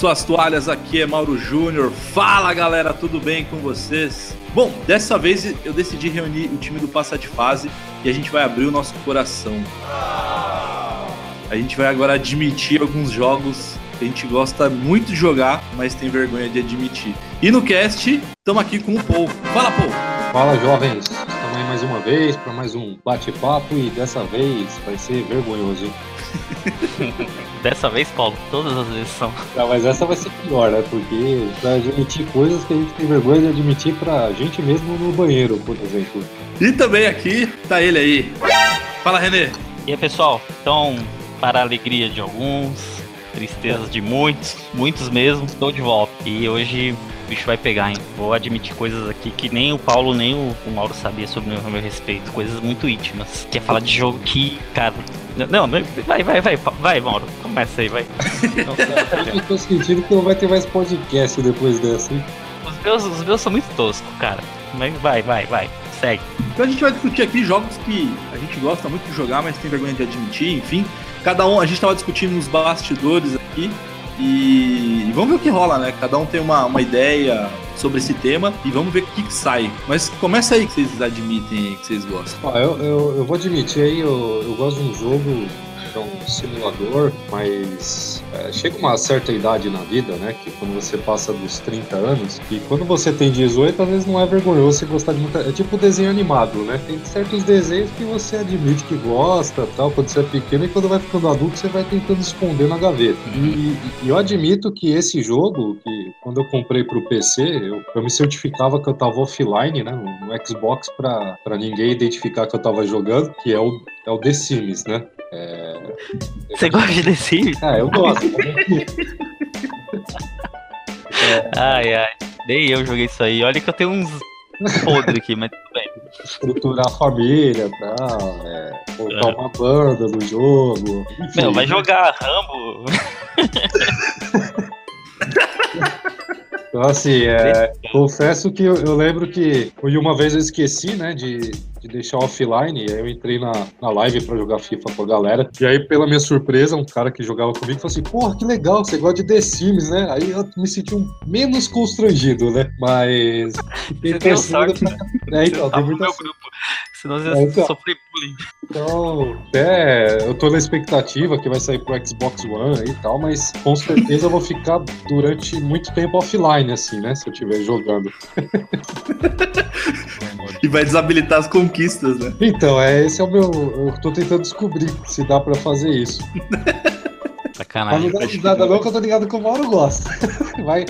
suas toalhas, aqui é Mauro Júnior. Fala galera, tudo bem com vocês? Bom, dessa vez eu decidi reunir o time do Passa de Fase e a gente vai abrir o nosso coração. A gente vai agora admitir alguns jogos que a gente gosta muito de jogar, mas tem vergonha de admitir. E no cast, estamos aqui com o Paul. Fala, Paul! Fala, jovens! Estamos aí mais uma vez para mais um bate-papo e dessa vez vai ser vergonhoso, hein? Dessa vez, Paulo, todas as vezes são. Não, mas essa vai ser pior, né? Porque vai admitir coisas que a gente tem vergonha de admitir pra gente mesmo no banheiro, por exemplo. E também aqui tá ele aí. Fala, René! E aí, pessoal? Então, para a alegria de alguns, tristeza de muitos mesmo, estou de volta. E hoje o bicho vai pegar, hein? Vou admitir coisas aqui que nem o Paulo nem o Mauro sabia sobre o meu respeito. Coisas muito íntimas. Quer falar de jogo que, cara... Não, vai, Mauro. Começa aí, vai. Eu tô sentindo que não vai ter mais podcast depois dessa, hein? Os meus são muito toscos, cara. Mas vai, segue. Então a gente vai discutir aqui jogos que a gente gosta muito de jogar, mas tem vergonha de admitir, enfim. Cada um, a gente tava discutindo nos bastidores aqui e vamos ver o que rola, né? Cada um tem uma ideia sobre esse tema e vamos ver o que sai. Mas começa aí que vocês admitem aí, que vocês gostam. Eu vou admitir aí, eu gosto de um jogo, é um simulador, mas chega uma certa idade na vida, né? Que quando você passa dos 30 anos, e quando você tem 18, às vezes não é vergonhoso você gostar de muita... É tipo desenho animado, né? Tem certos desenhos que você admite que gosta, tal, quando você é pequeno, e quando vai ficando adulto, você vai tentando esconder na gaveta. E eu admito que esse jogo, que quando eu comprei pro PC, eu me certificava que eu tava offline, né? No Xbox, pra ninguém identificar que eu tava jogando, que é o The Sims, né? Você gosta de The Sims? Eu gosto. Ai, nem eu joguei isso aí. Olha que eu tenho uns podres aqui, mas tudo bem. Estruturar a família, tal, colocar uma banda no jogo. Enfim, não, vai jogar Rambo. Então, assim, confesso que eu lembro que uma vez eu esqueci, né, de deixar offline, e aí eu entrei na live pra jogar FIFA com a galera, e aí, pela minha surpresa, um cara que jogava comigo falou assim, porra, que legal, você gosta de The Sims, né? Aí eu me senti menos constrangido, né? Mas... Você deu sorte, né? Então, tá no meu grupo, senão você ia sofrer bullying. Então, eu tô na expectativa que vai sair pro Xbox One e tal, mas com certeza eu vou ficar durante muito tempo offline, assim, né? Se eu estiver jogando. E vai desabilitar as conquistas, né? Então, esse é o meu... Eu tô tentando descobrir se dá pra fazer isso. Sacanagem. Mas não dá risada não, que eu tô ligado que o Mauro gosta. Vai.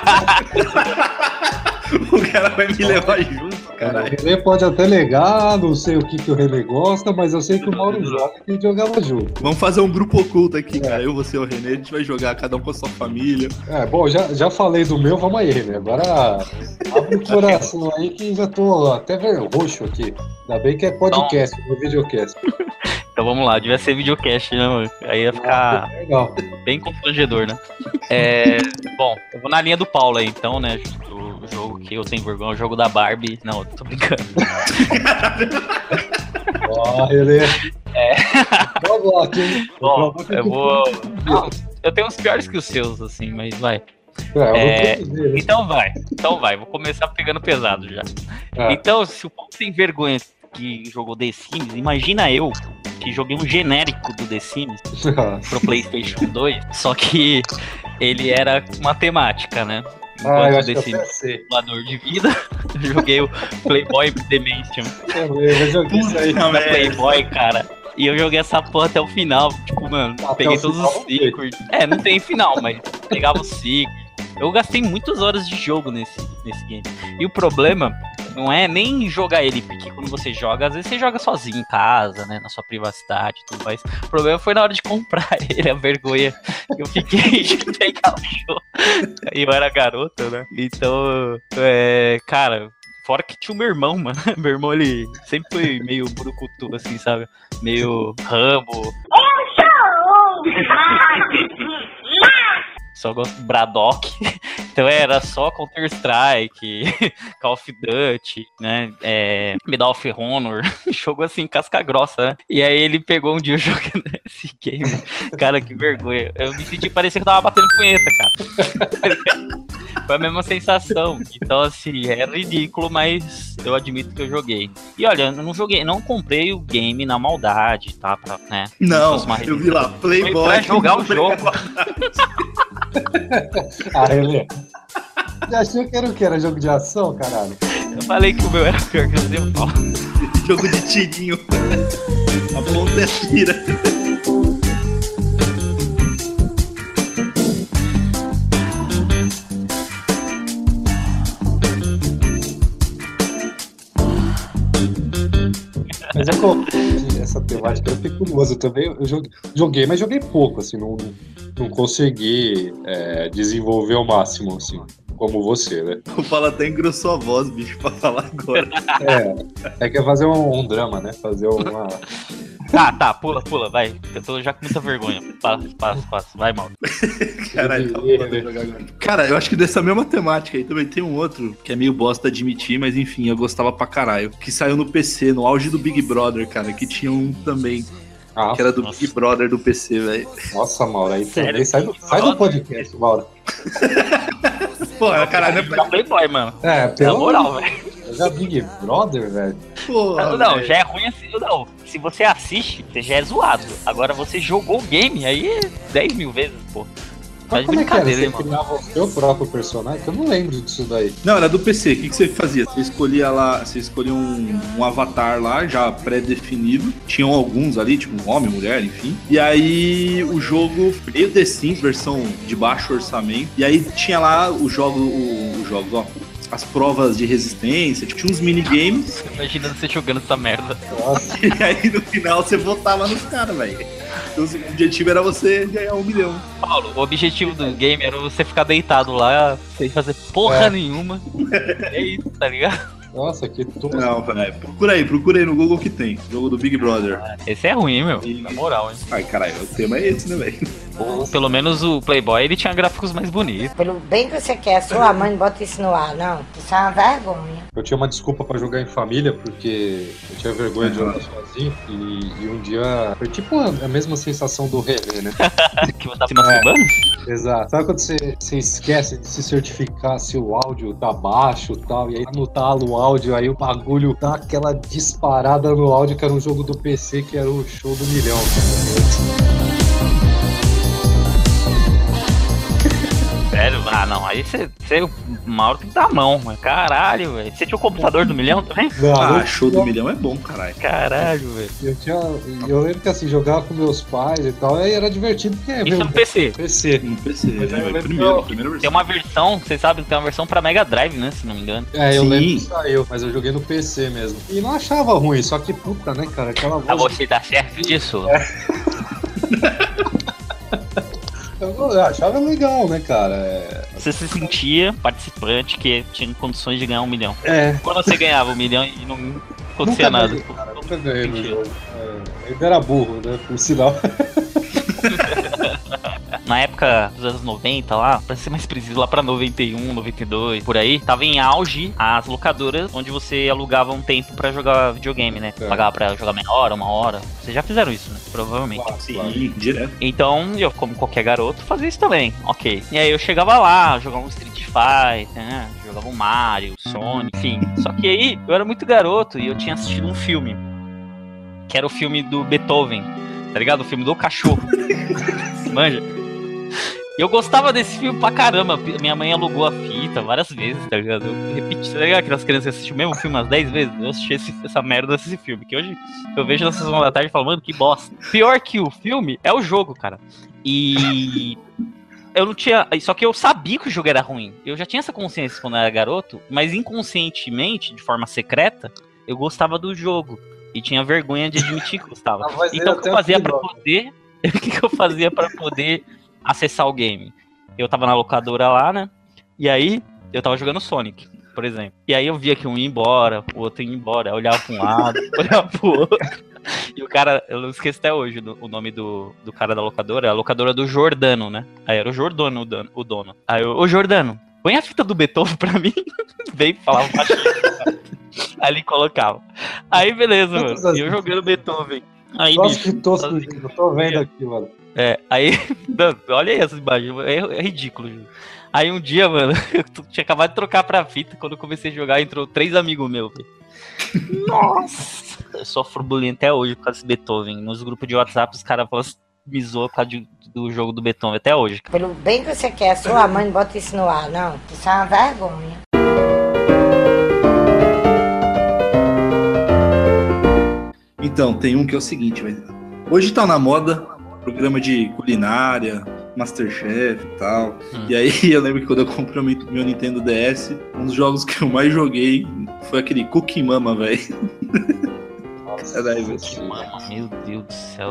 O cara vai me levar junto, caralho. O René pode até negar, não sei o que o René gosta, mas eu sei que o Mauro joga e a gente jogava junto. Vamos fazer um grupo oculto aqui, cara. Eu, você e o René, a gente vai jogar cada um com a sua família. Bom, já falei do meu, vamos aí, René. Agora abre o coração aí que já tô até roxo aqui. Ainda bem que é podcast, não é videocast. Então vamos lá, devia ser videocast, né, mano? Aí ia ficar bem constrangedor, né? Bom, eu vou na linha do Paulo aí, então, né? O jogo que eu tenho vergonha é o jogo da Barbie. Não, eu tô brincando. René. Vamos lá, aqui. Bom, eu vou... Eu tenho uns piores que os seus, assim, mas vai. Então vai, vou começar pegando pesado já. Então, se o Paulo tem vergonha que jogou The Sims, imagina eu que joguei um genérico do The Sims pro PlayStation 2, só que ele era matemática, né? Enquanto o The Sims simulador de vida, eu joguei o Playboy Dimension. Eu joguei isso aí. Playboy, cara. E eu joguei essa porra até o final. Tipo, mano, peguei todos os ciclos. Não tem final, mas pegava os ciclos. Eu gastei muitas horas de jogo nesse game. E o problema não é nem jogar ele, porque quando você joga, às vezes você joga sozinho em casa, né, na sua privacidade e tudo mais. O problema foi na hora de comprar ele, a vergonha que eu fiquei de pegar o jogo. E eu era garota, né? Então, cara, fora que tinha o meu irmão, mano. Meu irmão, ele sempre foi meio brucutu, assim, sabe? Meio Rambo. só gosto do Braddock. Então era só Counter-Strike, Call of Duty, né? Medal of Honor, jogo assim, casca grossa, né? E aí ele pegou um dia jogando esse game. Cara, que vergonha. Eu me senti, parecia que eu tava batendo punheta, cara. Foi a mesma sensação. Então, assim, é ridículo, mas eu admito que eu joguei. E olha, eu não joguei, não comprei o game na maldade, tá? Pra, né? Não, eu vi lá, Playboy. Foi pra jogar o jogo. Relê. Já achou que era o quê? Era jogo de ação, caralho? Eu falei que o meu era pior que o seu pau. Jogo de tirinho. A ponta é tira. Mas essa temática eu fiquei curioso também. Eu joguei, mas joguei pouco, assim, não consegui desenvolver ao máximo, assim, como você, né? O Fala até engrossou a voz, bicho, pra falar agora. É que é fazer um drama, né? Fazer uma... Tá, pula, vai. Eu tô já com muita vergonha. Passa. Vai, Mauro. Caralho, tá bom, jogar agora. Cara, eu acho que dessa mesma temática aí também tem um outro que é meio bosta admitir, mas enfim, eu gostava pra caralho. Que saiu no PC, no auge do Big Brother, cara, que tinha um também. Que era do Big Brother do PC, velho. Nossa, Mauro, aí também sai do podcast, Mauro. Pô, caralho, não é Playboy, mano. Pela moral, velho. Já Big Brother, velho? Não, já é ruim assim, não. Se você assiste, você já é zoado. Agora você jogou o game, aí é 10 mil vezes, pô. Mas como é que era? Você criava o seu próprio personagem? Eu não lembro disso daí. Não, era do PC. O que você fazia? Você escolhia um avatar lá, já pré-definido. Tinham alguns ali, tipo um homem, mulher, enfim. E aí o jogo, meio The Sims, versão de baixo orçamento. E aí tinha lá os jogos, ó. As provas de resistência, tipo, tinha uns minigames. Imagina você jogando essa merda. Nossa. E aí no final você votava nos caras, velho. Então o objetivo era você ganhar 1 milhão. Paulo, o objetivo do game era você ficar deitado lá, sem fazer porra nenhuma. É isso, tá ligado? Nossa, que tudo. Não, velho. Procura aí no Google que tem. Jogo do Big Brother. Esse é ruim, meu. Na moral, hein? Ai, caralho, o tema é esse, né, velho? Ou pelo menos o Playboy, ele tinha gráficos mais bonitos. Pelo bem que você quer, sua mãe bota isso no ar, não. Isso é uma vergonha. Eu tinha uma desculpa pra jogar em família, porque eu tinha vergonha de jogar sozinho. E um dia foi tipo a mesma sensação do René, né? Que você tá se masturbando? Exato. Sabe quando você esquece de se certificar se o áudio tá baixo e tal, e aí no talo o áudio, aí o bagulho dá aquela disparada no áudio, que era um jogo do PC, que era o show do milhão. Sério? Ah, não. Aí você o Mauro tem que dar a mão, mas caralho, velho. Você tinha o computador do milhão também? Não, show do milhão é bom, caralho. Caralho, velho. Eu lembro que assim, jogava com meus pais e tal, aí era divertido porque... Isso no PC. No PC, mas primeira versão. Tem uma versão, vocês sabem que tem uma versão pra Mega Drive, né, se não me engano. Eu lembro que saiu, mas eu joguei no PC mesmo. E não achava ruim, só que puta, né, cara, aquela voz... Você tá certo disso? Eu achava legal, né, cara? Você se sentia participante que tinha condições de ganhar 1 milhão. Quando você ganhava 1 milhão e não acontecia nada. Nunca ganhei no jogo. Ainda era burro, né, por sinal. Na época dos anos 90 lá, pra ser mais preciso, lá pra 91, 92, por aí, tava em auge as locadoras onde você alugava um tempo pra jogar videogame, né? Pagava pra jogar meia hora, 1 hora. Vocês já fizeram isso, né? Provavelmente. Sim, direto. Então, eu, como qualquer garoto, fazia isso também. Ok. E aí eu chegava lá, jogava um Street Fighter, né? Jogava um Mario, Sonic, enfim. Só que aí, eu era muito garoto e eu tinha assistido um filme. Que era o filme do Beethoven, tá ligado? O filme do cachorro. Manja? E eu gostava desse filme pra caramba. Minha mãe alugou a fita várias vezes, tá ligado? Eu repeti, tá ligado? Aquelas crianças que assistem o mesmo filme umas 10 vezes. Eu assisti essa merda desse filme. Que hoje eu vejo na sessão da tarde e falo, mano, que bosta. Pior que o filme é o jogo, cara. E eu não tinha... Só que eu sabia que o jogo era ruim. Eu já tinha essa consciência quando eu era garoto, mas inconscientemente, de forma secreta, eu gostava do jogo. E tinha vergonha de admitir que gostava. Então o que eu fazia pra poder... O que eu fazia pra poder acessar o game? Eu tava na locadora lá, né? E aí, eu tava jogando Sonic, por exemplo. E aí eu via que um ia embora, o outro ia embora. Eu olhava pra um lado, olhava pro outro. E o cara, eu não esqueço até hoje o nome do cara da locadora, a locadora do Jordano, né? Aí era o Jordano o dono. Aí eu, ô Jordano, põe a fita do Beethoven pra mim. Veio e falava baixinho. Aí ele colocava. Aí beleza, mano. E eu jogando Beethoven. Aí, Nossa, bicho, que tosco, eu tô vendo aqui, mano. aí, olha aí essas imagens, é ridículo, gente. Aí um dia, mano, eu tinha acabado de trocar pra fita, quando eu comecei a jogar, entrou 3 amigos meus, velho. Nossa! Eu sofro bullying até hoje por causa desse Beethoven. Nos grupos de WhatsApp, os caras me zoam por causa do jogo do Beethoven, até hoje. Pelo bem que você quer, sua mãe não bota isso no ar, não. Isso é uma vergonha. Então, tem um que é o seguinte, velho. Hoje tá na moda programa de culinária, Masterchef e tal. E aí eu lembro que quando eu comprei meu Nintendo DS, um dos jogos que eu mais joguei foi aquele Cookie Mama, velho. Nossa, Cookie Mama, meu Deus do céu.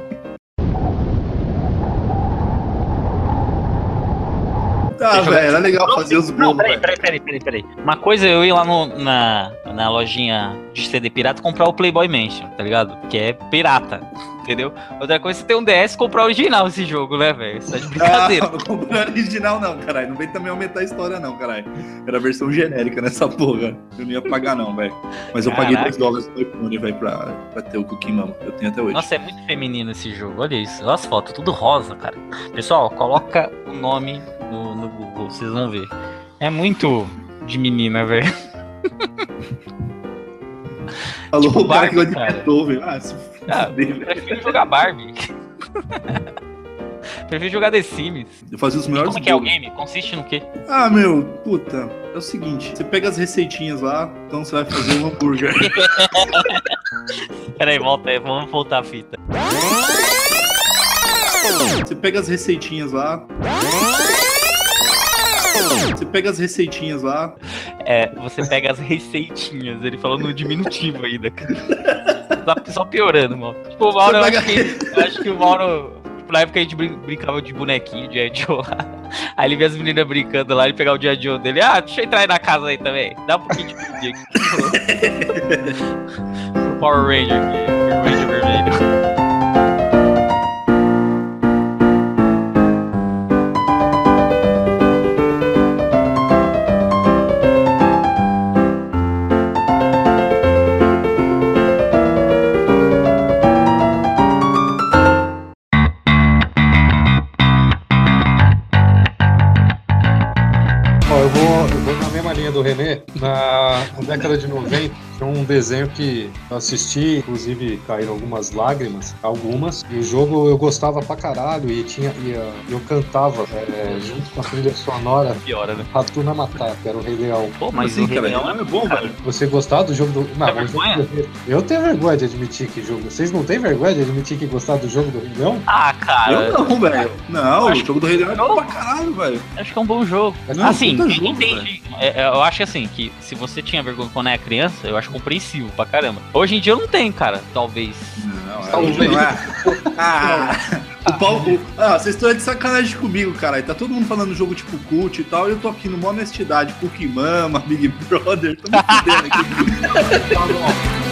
Ah, velho, era legal fazer os bolos. Não, peraí. Uma coisa é eu ir lá na lojinha de CD pirata comprar o Playboy Mansion, tá ligado? Que é pirata, entendeu? Outra coisa é você ter um DS e comprar o original esse jogo, né, velho? Isso tá de brincadeira. Não comprar original não, caralho. Não vem também aumentar a história não, caralho. Era a versão genérica nessa porra. Eu não ia pagar não, velho. Mas eu paguei $2 no iPhone, velho, pra ter o Cookie Mama. Eu tenho até hoje. Nossa, é muito feminino esse jogo, olha isso. Olha as fotos, tudo rosa, cara. Pessoal, coloca o nome no Google, vocês vão ver. É muito de menina, velho. Alô, tipo o cara que Barbie, gosta de Beethoven. Ah, se fuder, eu prefiro jogar Barbie. Prefiro jogar The Sims. Eu fazia os melhores Como é que é o game? Consiste no quê? Ah, meu, puta, é o seguinte, você pega as receitinhas lá, então você vai fazer um hambúrguer. Peraí, volta aí, vamos voltar a fita. Você pega as receitinhas lá. Você pega as receitinhas lá. Você pega as receitinhas. Ele falou no diminutivo ainda, cara. Tá só piorando, mano. Tipo, o Mauro, eu acho que o Mauro, tipo, na época a gente brincava de bonequinho, de G.I. Joe lá. Aí ele vê as meninas brincando lá, ele pegava o G.I. Joe dele. Ah, deixa eu entrar aí na casa aí também. Dá um pouquinho de comida aqui. O Power Ranger aqui. O Ranger vermelho. Do René, na década de 90, tinha um desenho que eu assisti, inclusive caíram algumas lágrimas, e o jogo eu gostava pra caralho e eu cantava junto com a trilha sonora Piora, né? Hakuna Matata, que era o Rei Leão. Pô, mas assim, o Rei Leão é bom, velho. Você gostava do jogo do... Não, tem vergonha? Eu tenho vergonha de admitir que jogo... Vocês não têm vergonha de admitir que gostavam do jogo do Rei Leão? Ah, cara... Eu não, velho. Não, o jogo do Rei Leão é bom pra caralho, velho. Acho que é um bom jogo. Não, assim, puta quem jogo, entende... eu acho assim, que se você tinha vergonha quando era criança, eu acho compreensível pra caramba. Hoje em dia eu não tenho, cara. Talvez. Talvez. Não é. O Paulo... vocês estão de sacanagem comigo, caralho. Tá todo mundo falando jogo tipo cult e tal, e eu tô aqui numa honestidade. Cookie Mama, Big Brother, tô me fudendo aqui. Tá bom.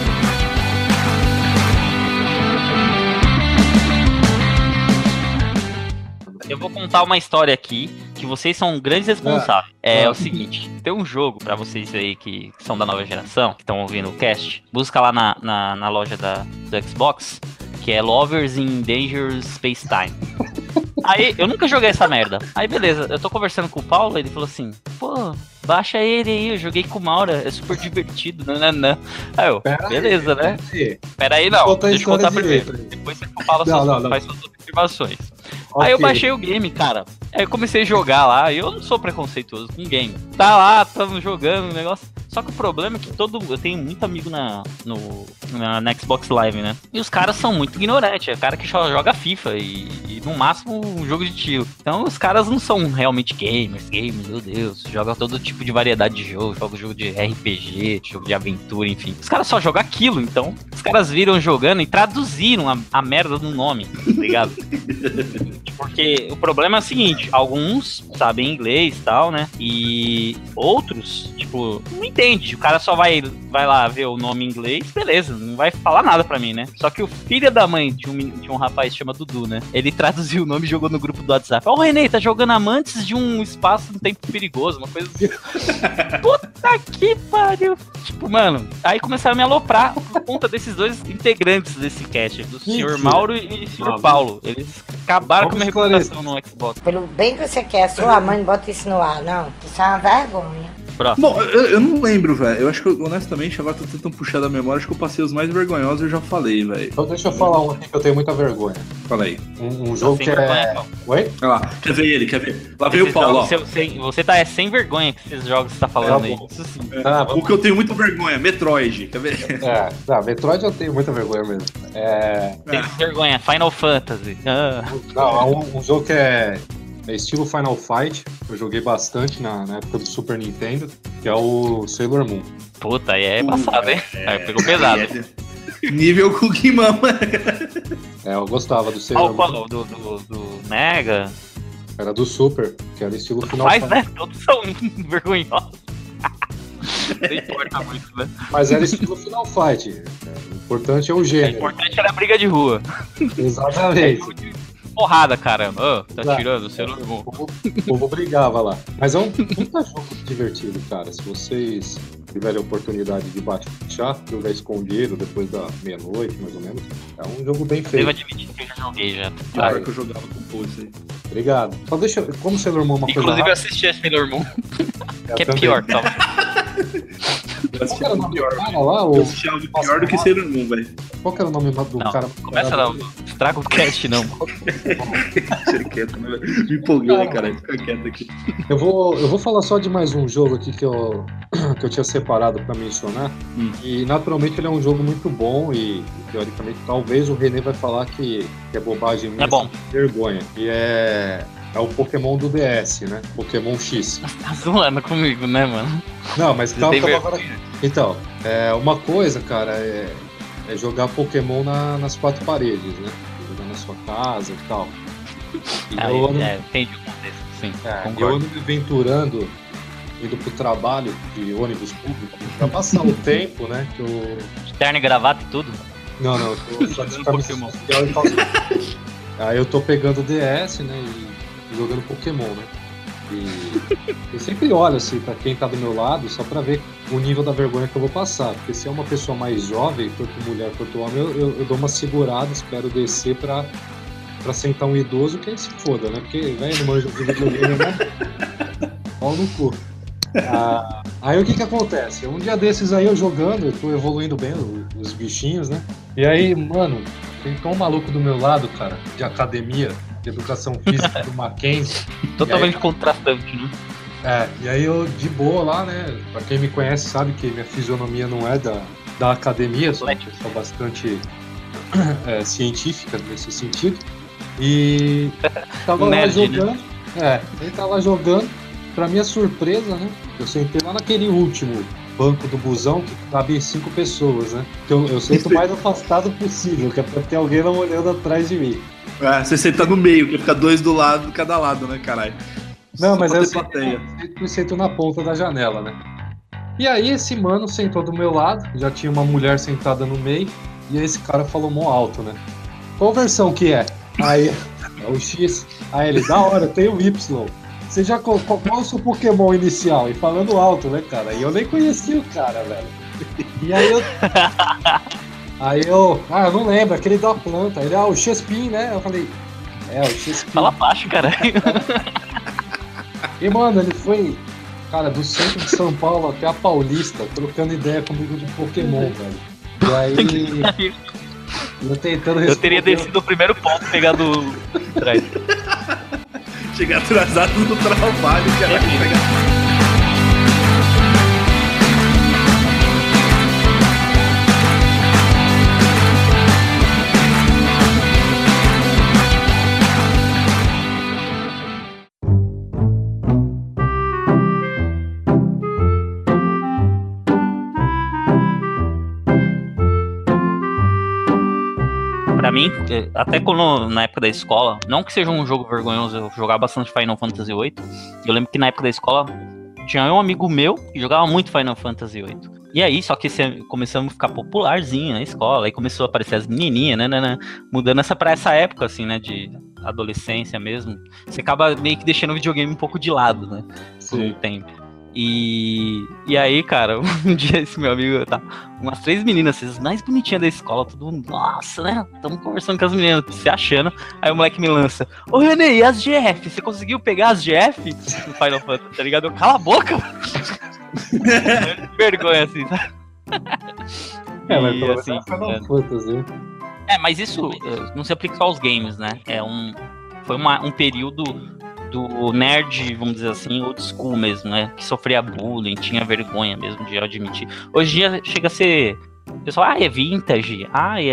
Eu vou contar uma história aqui que vocês são grandes responsáveis. É o seguinte, tem um jogo pra vocês aí que são da nova geração, que estão ouvindo o cast, busca lá na loja do Xbox, que é Lovers in Dangerous Space Time. Aí, eu nunca joguei essa merda. Aí, beleza, eu tô conversando com o Paulo, ele falou assim, pô, baixa ele aí, eu joguei com o Maura, é super divertido, nananã. Aí eu, beleza, né? Pera aí, não, deixa eu contar primeiro. Depois você fala faz suas observações. Okay. Aí eu baixei o game, cara. Aí eu comecei a jogar lá, e eu não sou preconceituoso com game. Tá lá, tamo jogando o negócio. Só que o problema é que eu tenho muito amigo na Xbox Live, né? E os caras são muito ignorantes. É o cara que só joga FIFA e no máximo um jogo de tiro. Então os caras não são realmente gamers, meu Deus. Jogam todo tipo de variedade de jogo. Jogam jogo de RPG, jogo de aventura, enfim. Os caras só jogam aquilo, então os caras viram jogando e traduziram a merda do nome, tá ligado? Porque o problema é o seguinte, seguinte, alguns sabem inglês e tal, né? E outros, tipo, não entende. O cara só vai lá ver o nome em inglês, beleza, não vai falar nada pra mim, né? Só que o filho da mãe de um rapaz que chama Dudu, né? Ele traduziu o nome e jogou no grupo do WhatsApp. Ó, o Renê, tá jogando Amantes de um espaço no tempo perigoso, uma coisa assim. Puta que pariu. Tipo, mano, aí começaram a me aloprar por conta desses dois integrantes desse cast, do Sr. Mauro e do Sr. Paulo. Eles acabaram com a minha reputação no Xbox. Pelo bem que você quer, sua mãe bota isso no ar, não. Isso é uma vergonha. Próximo. Bom, eu não lembro, velho. Eu acho que, honestamente, agora tô tentando puxar da memória. Acho que eu passei os mais vergonhosos e eu já falei, velho. Então deixa eu falar um aqui que eu tenho muita vergonha. Fala aí. Um jogo que é... Oi? Olha lá, quer ver ele, quer ver? Lá veio o Paulo, ó. Você tá sem vergonha com esses jogos que você tá falando aí. Isso sim. O que eu tenho muita vergonha, Metroid, quer ver? Metroid eu tenho muita vergonha mesmo. Tem vergonha, Final Fantasy. Não, um jogo que é estilo Final Fight, eu joguei bastante na época do Super Nintendo, que é o Sailor Moon. Puta, aí é embaçado, hein? Aí pegou pesado. Nível Cookie Mama. Eu gostava do Sailor Moon. Do Mega. Era do Super, que era estilo Final Fight. Fight. Né? Todos são vergonhosos. Não importa muito, né? Mas era estilo Final Fight. O importante é o O gênero. importante era a briga de rua. Exatamente. Porrada, caramba. Tá tirando o Sailor Moon. O povo brigava lá. Mas é um puta jogo divertido, cara. Se vocês tiverem a oportunidade de baixar, jogar escondido depois da meia-noite, mais ou menos, é um jogo bem feito. Devo admitir que eu já joguei já. Claro que eu jogava com o Pulse aí. Obrigado. Só deixa. Como Sailor Moon é uma coisa. Inclusive eu rápida, assisti a Sailor Moon. Que é também. pior, tal. Qual que era o nome do cara lá? Eu assisti algo pior do que Sailor Moon, velho. Qual que era o nome do Não, cara? começa não. Estraga o cast, não. Deixa quieto, né, velho? Me empolguei, né, cara? Fica quieto aqui. Eu vou falar só de mais um jogo aqui que eu tinha separado pra mencionar. E naturalmente ele é um jogo muito bom e teoricamente talvez o René vai falar que é bobagem mesmo. É bom. Vergonha. E é o Pokémon do DS, né? Pokémon X. Tá zoando comigo, né, mano? Não, mas calma tem agora. Então, uma coisa, cara, é jogar Pokémon nas quatro paredes, né? Jogar na sua casa e tal. Entendi o contexto, sim. Eu ando me aventurando, indo pro trabalho de ônibus público, pra passar o tempo, né? Que eu... Terno e gravata e tudo? Não, eu tô só de camisa social e calça. Aí eu tô pegando o DS, né? E jogando Pokémon, né? E eu sempre olho assim pra quem tá do meu lado, só pra ver o nível da vergonha que eu vou passar. Porque se é uma pessoa mais jovem, tanto mulher quanto homem, eu dou uma segurada, espero descer pra sentar um idoso, que aí se foda, né? Porque, velho, não manja de videogame, né? Pau no cu. Aí o que acontece? Um dia desses aí eu jogando, eu tô evoluindo bem os bichinhos, né? E aí, mano, tem um maluco do meu lado, cara, de academia, de educação física do Mackenzie. Totalmente contrastante, né? E aí eu, de boa lá, né? Pra quem me conhece sabe que minha fisionomia não é da academia, sou bastante científica nesse sentido. E tava lá jogando. Né? Ele tava lá jogando. Pra minha surpresa, né? Eu sentei lá naquele último banco do busão que cabe 5 pessoas, né? Então eu sento o mais afastado possível, que é pra ter alguém não olhando atrás de mim. Você senta no meio, que fica 2 do lado, cada lado, né, caralho? Não, mas aí eu sento na ponta da janela, né? E aí esse mano sentou do meu lado, já tinha uma mulher sentada no meio, e aí esse cara falou mó alto, né? Qual versão que é? Aí, é o X. Aí ele, da hora, tem o Y. Você já qual é o seu Pokémon inicial? E falando alto, né, cara? E eu nem conhecia o cara, velho. E aí eu não lembro, aquele da planta. Ele, o Chespin, né? Eu falei, o Chespin. Fala baixo, caralho. E, mano, ele foi, cara, do centro de São Paulo até a Paulista, trocando ideia comigo de Pokémon, velho. E aí... eu tentando responder... Eu teria descido o primeiro ponto e pegado atrás. Chegar atrasado no trabalho, cara. pra mim, até quando na época da escola, não que seja um jogo vergonhoso, eu jogava bastante Final Fantasy VIII. Eu lembro que na época da escola tinha um amigo meu que jogava muito Final Fantasy VIII. E aí, só que começamos a ficar popularzinho na escola, aí começou a aparecer as menininhas, né, mudando pra essa época, assim, né, de adolescência mesmo. Você acaba meio que deixando o videogame um pouco de lado, né, por um tempo. E aí, cara, um dia esse meu amigo, tá, umas 3 meninas, as mais bonitinhas da escola, todo mundo, nossa, né, estamos conversando com as meninas, se achando, aí o moleque me lança, ô René, e as GF? Você conseguiu pegar as GF no Final Fantasy, tá ligado? Eu, cala a boca, vergonha, assim, sabe? Mas pelo assim, Final Fantasy. Mas isso não se aplica só aos games, né, foi um período do nerd, vamos dizer assim, old school mesmo, né? Que sofria bullying, tinha vergonha mesmo de admitir. Hoje em dia chega a ser... O pessoal, é vintage,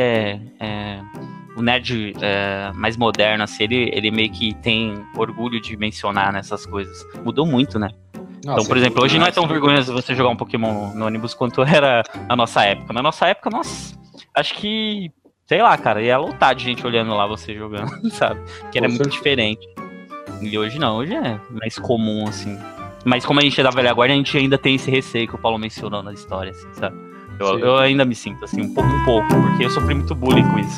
o nerd mais moderno, assim, ele meio que tem orgulho de mencionar nessas coisas. Mudou muito, né? Nossa, então, por exemplo, hoje não é tão vergonhoso você jogar um Pokémon no ônibus quanto era na nossa época. Na nossa época, nossa, acho que, sei lá, cara, ia lotar de gente olhando lá você jogando, sabe? Que era muito diferente. E hoje não, hoje é mais comum, assim. Mas como a gente é da velha guarda, a gente ainda tem esse receio que o Paulo mencionou na história, assim, sabe? Eu ainda me sinto, assim, um pouco, porque eu sofri muito bullying com isso.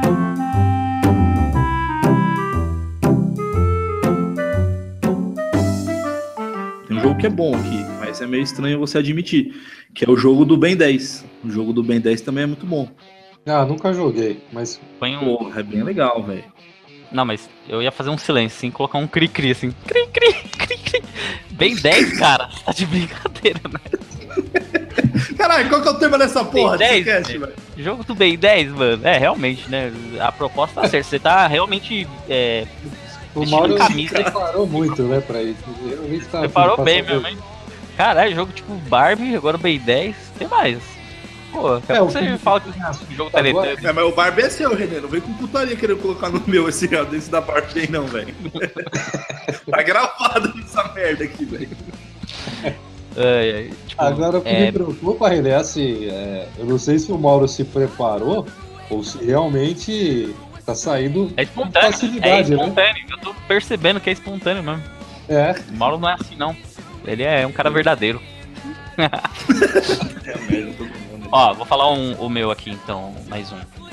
Tem um jogo que é bom aqui, mas é meio estranho você admitir, que é o jogo do Ben 10. O jogo do Ben 10 também é muito bom. Nunca joguei, mas... Porra, é bem legal, velho. Não, mas eu ia fazer um silêncio, assim, colocar um cri-cri, assim. Cri-cri. Ben 10, cara. Tá de brincadeira, né? Caralho, qual que é o tema dessa porra? Ben 10, velho. Jogo do Ben 10, mano. Realmente, né? A proposta tá certa. Você tá realmente... o Mauro se preparou muito, né, pra isso. Preparou bem, meu amigo. Caralho, jogo tipo Barbie, agora Ben 10. Tem mais. Pô, você fala que o jogo tá letando. Mas o Barbie é seu, René. Não vem com putaria querendo colocar no meu esse da parte aí, não, velho. Tá gravado essa merda aqui, velho. Tipo, agora o que me preocupa, René, é assim, eu não sei se o Mauro se preparou ou se realmente tá saindo com facilidade, né? Eu tô percebendo que é espontâneo mesmo. O Mauro não é assim, não. Ele é um cara verdadeiro. Ó, vou falar o meu aqui, então, mais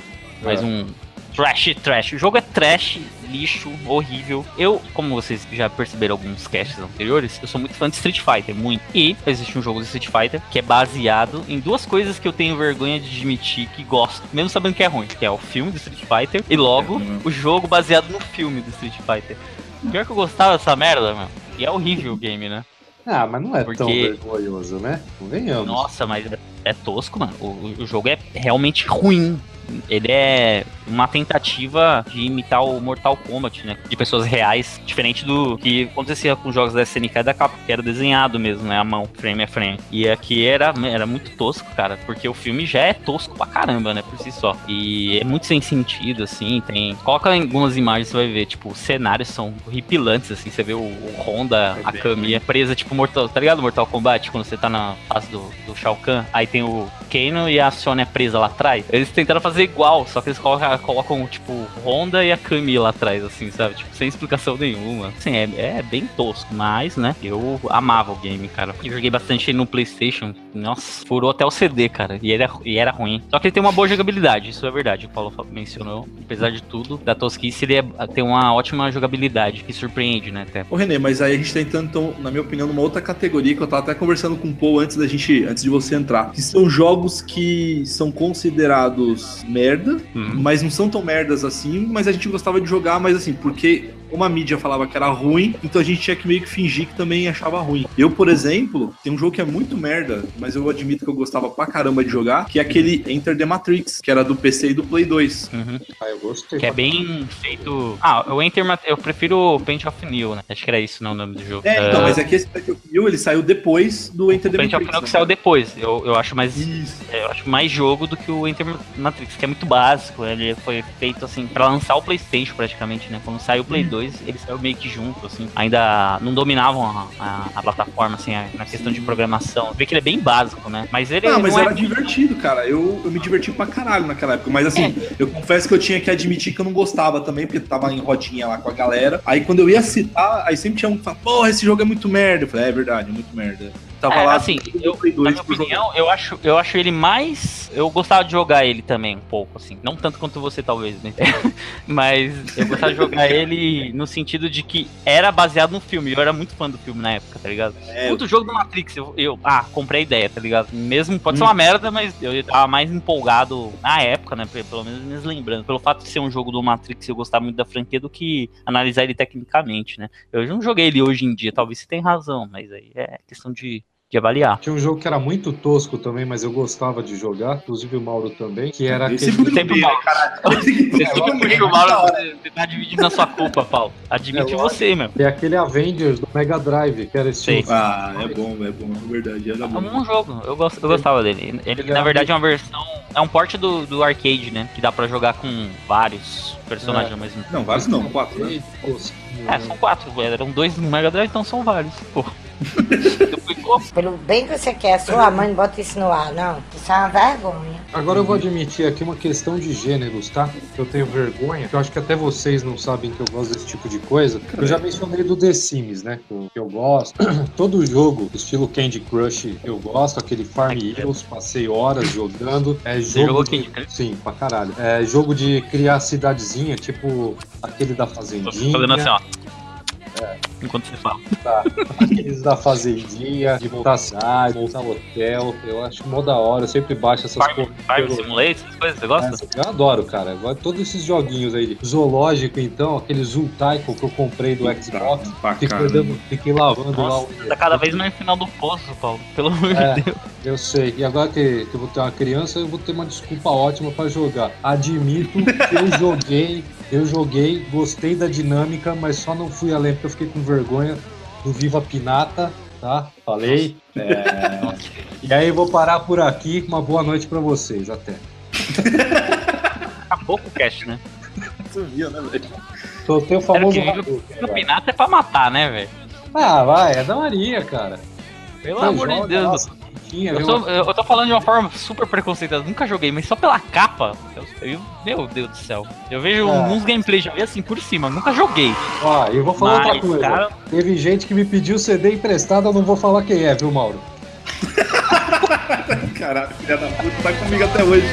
um trash. O jogo é trash, lixo, horrível. Eu, como vocês já perceberam alguns casts anteriores, eu sou muito fã de Street Fighter, muito. E existe um jogo de Street Fighter que é baseado em 2 coisas que eu tenho vergonha de admitir que gosto, mesmo sabendo que é ruim, que é o filme do Street Fighter e logo o jogo baseado no filme do Street Fighter. Pior que eu gostava dessa merda, mano. E é horrível o game, né? Mas não é tão vergonhoso, né? Convenhamos. Nossa, mas é tosco, mano. O jogo é realmente ruim. Ele é uma tentativa de imitar o Mortal Kombat, né? De pessoas reais, diferente do que acontecia com jogos da SNK e da Capcom, que era desenhado mesmo, né? A mão, frame a frame. E aqui era muito tosco, cara, porque o filme já é tosco pra caramba, né? Por si só. E é muito sem sentido, assim. Coloca algumas imagens, você vai ver, tipo, os cenários são horripilantes, assim. Você vê o Honda, a Kami presa, tipo, tá ligado? Mortal Kombat, quando você tá na fase do Shao Kahn, aí tem o Kano e a Sonya presa lá atrás. Eles tentaram fazer igual, só que eles colocam tipo, Honda e a Kami lá atrás, assim, sabe? Tipo, sem explicação nenhuma. Assim, é bem tosco, mas, né, eu amava o game, cara. Eu joguei bastante no PlayStation. Nossa, furou até o CD, cara. E era ruim. Só que ele tem uma boa jogabilidade, isso é verdade. O Paulo mencionou. Apesar de tudo, da tosquice, ele tem uma ótima jogabilidade, que surpreende, né, até. Ô, René, mas aí a gente tá entrando, então, na minha opinião, numa outra categoria que eu tava até conversando com o Paul antes de você entrar. Que são jogos que são considerados merda, mas não são tão merdas assim, mas a gente gostava de jogar, mas assim, porque uma mídia falava que era ruim, então a gente tinha que meio que fingir que também achava ruim. Eu, por exemplo, tem um jogo que é muito merda, mas eu admito que eu gostava pra caramba de jogar, que é aquele Enter the Matrix, que era do PC e do Play 2. Eu gostei. Que é bem feito... eu prefiro o Paint of New, né? Acho que era isso, não, o nome do jogo. Então, mas é que esse Paint of New, ele saiu depois do Enter the Matrix. O Paint of New que saiu depois. Eu acho mais... Eu acho mais jogo do que o Enter Matrix, que é muito básico. Ele foi feito, assim, pra lançar o PlayStation, praticamente, né? Quando saiu o Play 2, 2, ele saiu meio que junto, assim. Ainda não dominavam a plataforma, assim, na questão de programação. Vê que ele é bem básico, né? Mas ele mas não era divertido, cara. Eu me diverti pra caralho naquela época. Mas assim, eu confesso que eu tinha que admitir que eu não gostava também, porque tava em rodinha lá com a galera. Aí quando eu ia citar, aí sempre tinha um que falava, porra, esse jogo é muito merda. Eu falei, é verdade, é muito merda. Tava lá, assim, na minha opinião, eu acho ele mais... Eu gostava de jogar ele também, um pouco, assim. Não tanto quanto você, talvez, né? Mas eu gostava de jogar ele no sentido de que era baseado no filme. Eu era muito fã do filme na época, tá ligado? Muito jogo do Matrix, eu comprei a ideia, tá ligado? Mesmo, pode ser uma merda, mas eu tava mais empolgado na época, né? Pelo menos me lembrando. Pelo fato de ser um jogo do Matrix, eu gostava muito da franquia do que analisar ele tecnicamente, né? Eu não joguei ele hoje em dia, talvez você tenha razão, mas aí é questão de avaliar. Tinha um jogo que era muito tosco também, mas eu gostava de jogar, inclusive o Mauro também, que era Esse aquele... sempre Mauro, caralho. Você sempre puxa o Mauro, você tá dividindo na sua culpa, Paulo. Admite você, meu. É aquele Avengers do Mega Drive, que era esse... É bom, é verdade. Era bom. É um jogo, eu gostava dele. Ele na verdade, é uma versão... É um port do arcade, né? Que dá pra jogar com vários personagens ao mesmo tempo. Não, vários não, 4, né? São 4. Eram 2 no Mega Drive, então são vários, pô. Pelo bem que você quer, sua mãe não bota isso no ar, não. Isso é uma vergonha. Agora eu vou admitir aqui uma questão de gêneros, tá? Eu tenho vergonha, que eu acho que até vocês não sabem que eu gosto desse tipo de coisa. Eu já mencionei do The Sims, né? Que eu gosto. Todo jogo, estilo Candy Crush, eu gosto. Aquele Farm Heroes, passei horas jogando. Você jogou Candy Crush? Sim, pra caralho. É jogo de criar cidadezinha, tipo aquele da Fazendinha. Tô fazendo assim, ó. Enquanto você fala. Tá. Aqueles da fazendinha, de montar cidade, montar hotel. Eu acho mó da hora. Eu sempre baixo essas coisas. Farm Simulator, essas coisas, você gosta? Eu adoro, cara. Eu gosto de todos esses joguinhos aí. Zoológico, então, aquele Zoo Tycoon que eu comprei do Xbox. Fiquei lavando lá o. Tá cada vez mais no final do poço, Paulo. Pelo amor de Deus. Eu sei. E agora que eu vou ter uma criança, eu vou ter uma desculpa ótima pra jogar. Admito que eu joguei, gostei da dinâmica, mas só não fui além porque eu fiquei com vergonha do Viva Pinata, tá? Falei. E aí eu vou parar por aqui. Uma boa noite pra vocês. Até. Acabou com o cast, né? Sumiu, né, velho? Soltei o famoso... Viva Pinata é pra matar, né, velho? Vai, é da Maria, cara. Pelo amor de Deus. Eu tô falando de uma forma super preconceituosa. Nunca joguei, mas só pela capa. Meu Deus do céu. Eu vejo uns gameplays, já vi assim por cima. Nunca joguei. Eu vou falar outra coisa. Cara... Teve gente que me pediu CD emprestado, eu não vou falar quem é, viu, Mauro? Caralho, filha da puta, tá comigo até hoje.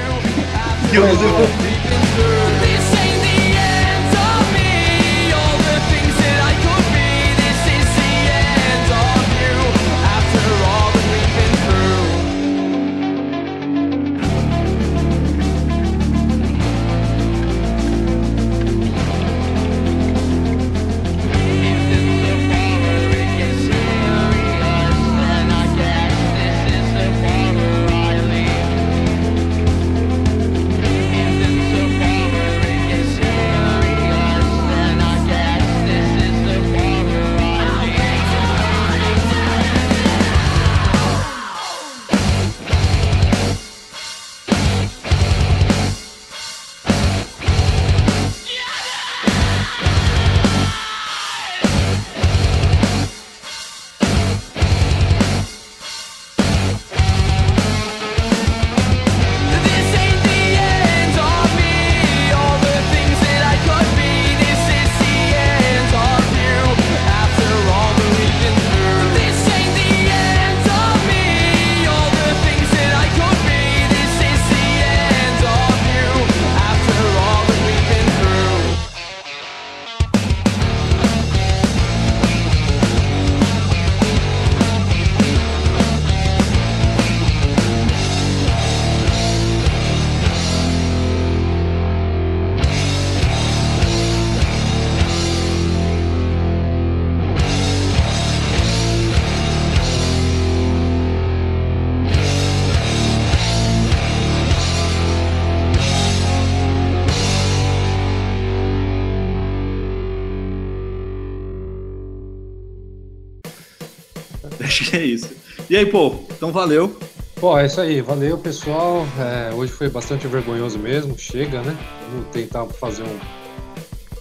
Acho que é isso. E aí, pô, então valeu. Pô, é isso aí. Valeu, pessoal. Hoje foi bastante vergonhoso mesmo. Chega, né? Vamos tentar fazer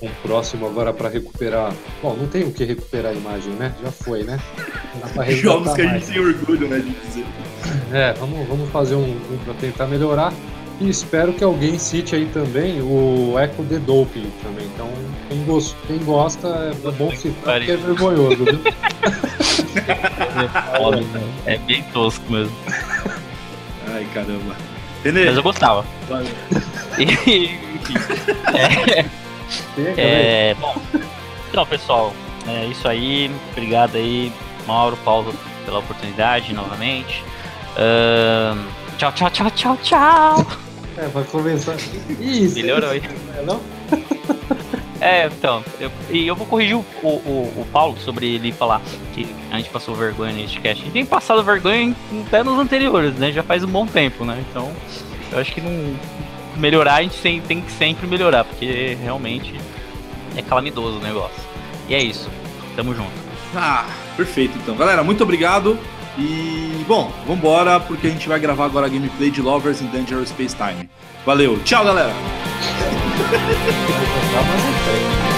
um próximo agora para recuperar. Bom, não tem o que recuperar a imagem, né? Já foi, né? Não dá pra Jogos que a gente mais. tem orgulho, né, de dizer. Vamos fazer um para tentar melhorar. E espero que alguém cite aí também o Echo The Doping também. Então, quem gosta, é bom citar, porque é vergonhoso, viu? É bem tosco mesmo. Ai, caramba. Renê. Mas eu gostava. Valeu. Enfim. Bom, então, pessoal, é isso aí. Obrigado aí, Mauro, Paulo, pela oportunidade novamente. Tchau, tchau, tchau, tchau, tchau. Vai começar. Isso. Melhorou aí. Não? Então, eu vou corrigir o Paulo sobre ele falar que a gente passou vergonha neste cast. A gente tem passado vergonha até nos anteriores, né? Já faz um bom tempo, né? Então, eu acho que não melhorar, a gente tem que sempre melhorar, porque realmente é calamitoso o negócio. E é isso. Tamo junto. Perfeito então. Galera, muito obrigado. E, bom, vambora, porque a gente vai gravar agora a gameplay de Lovers in Dangerous Space Time. Valeu, tchau, galera!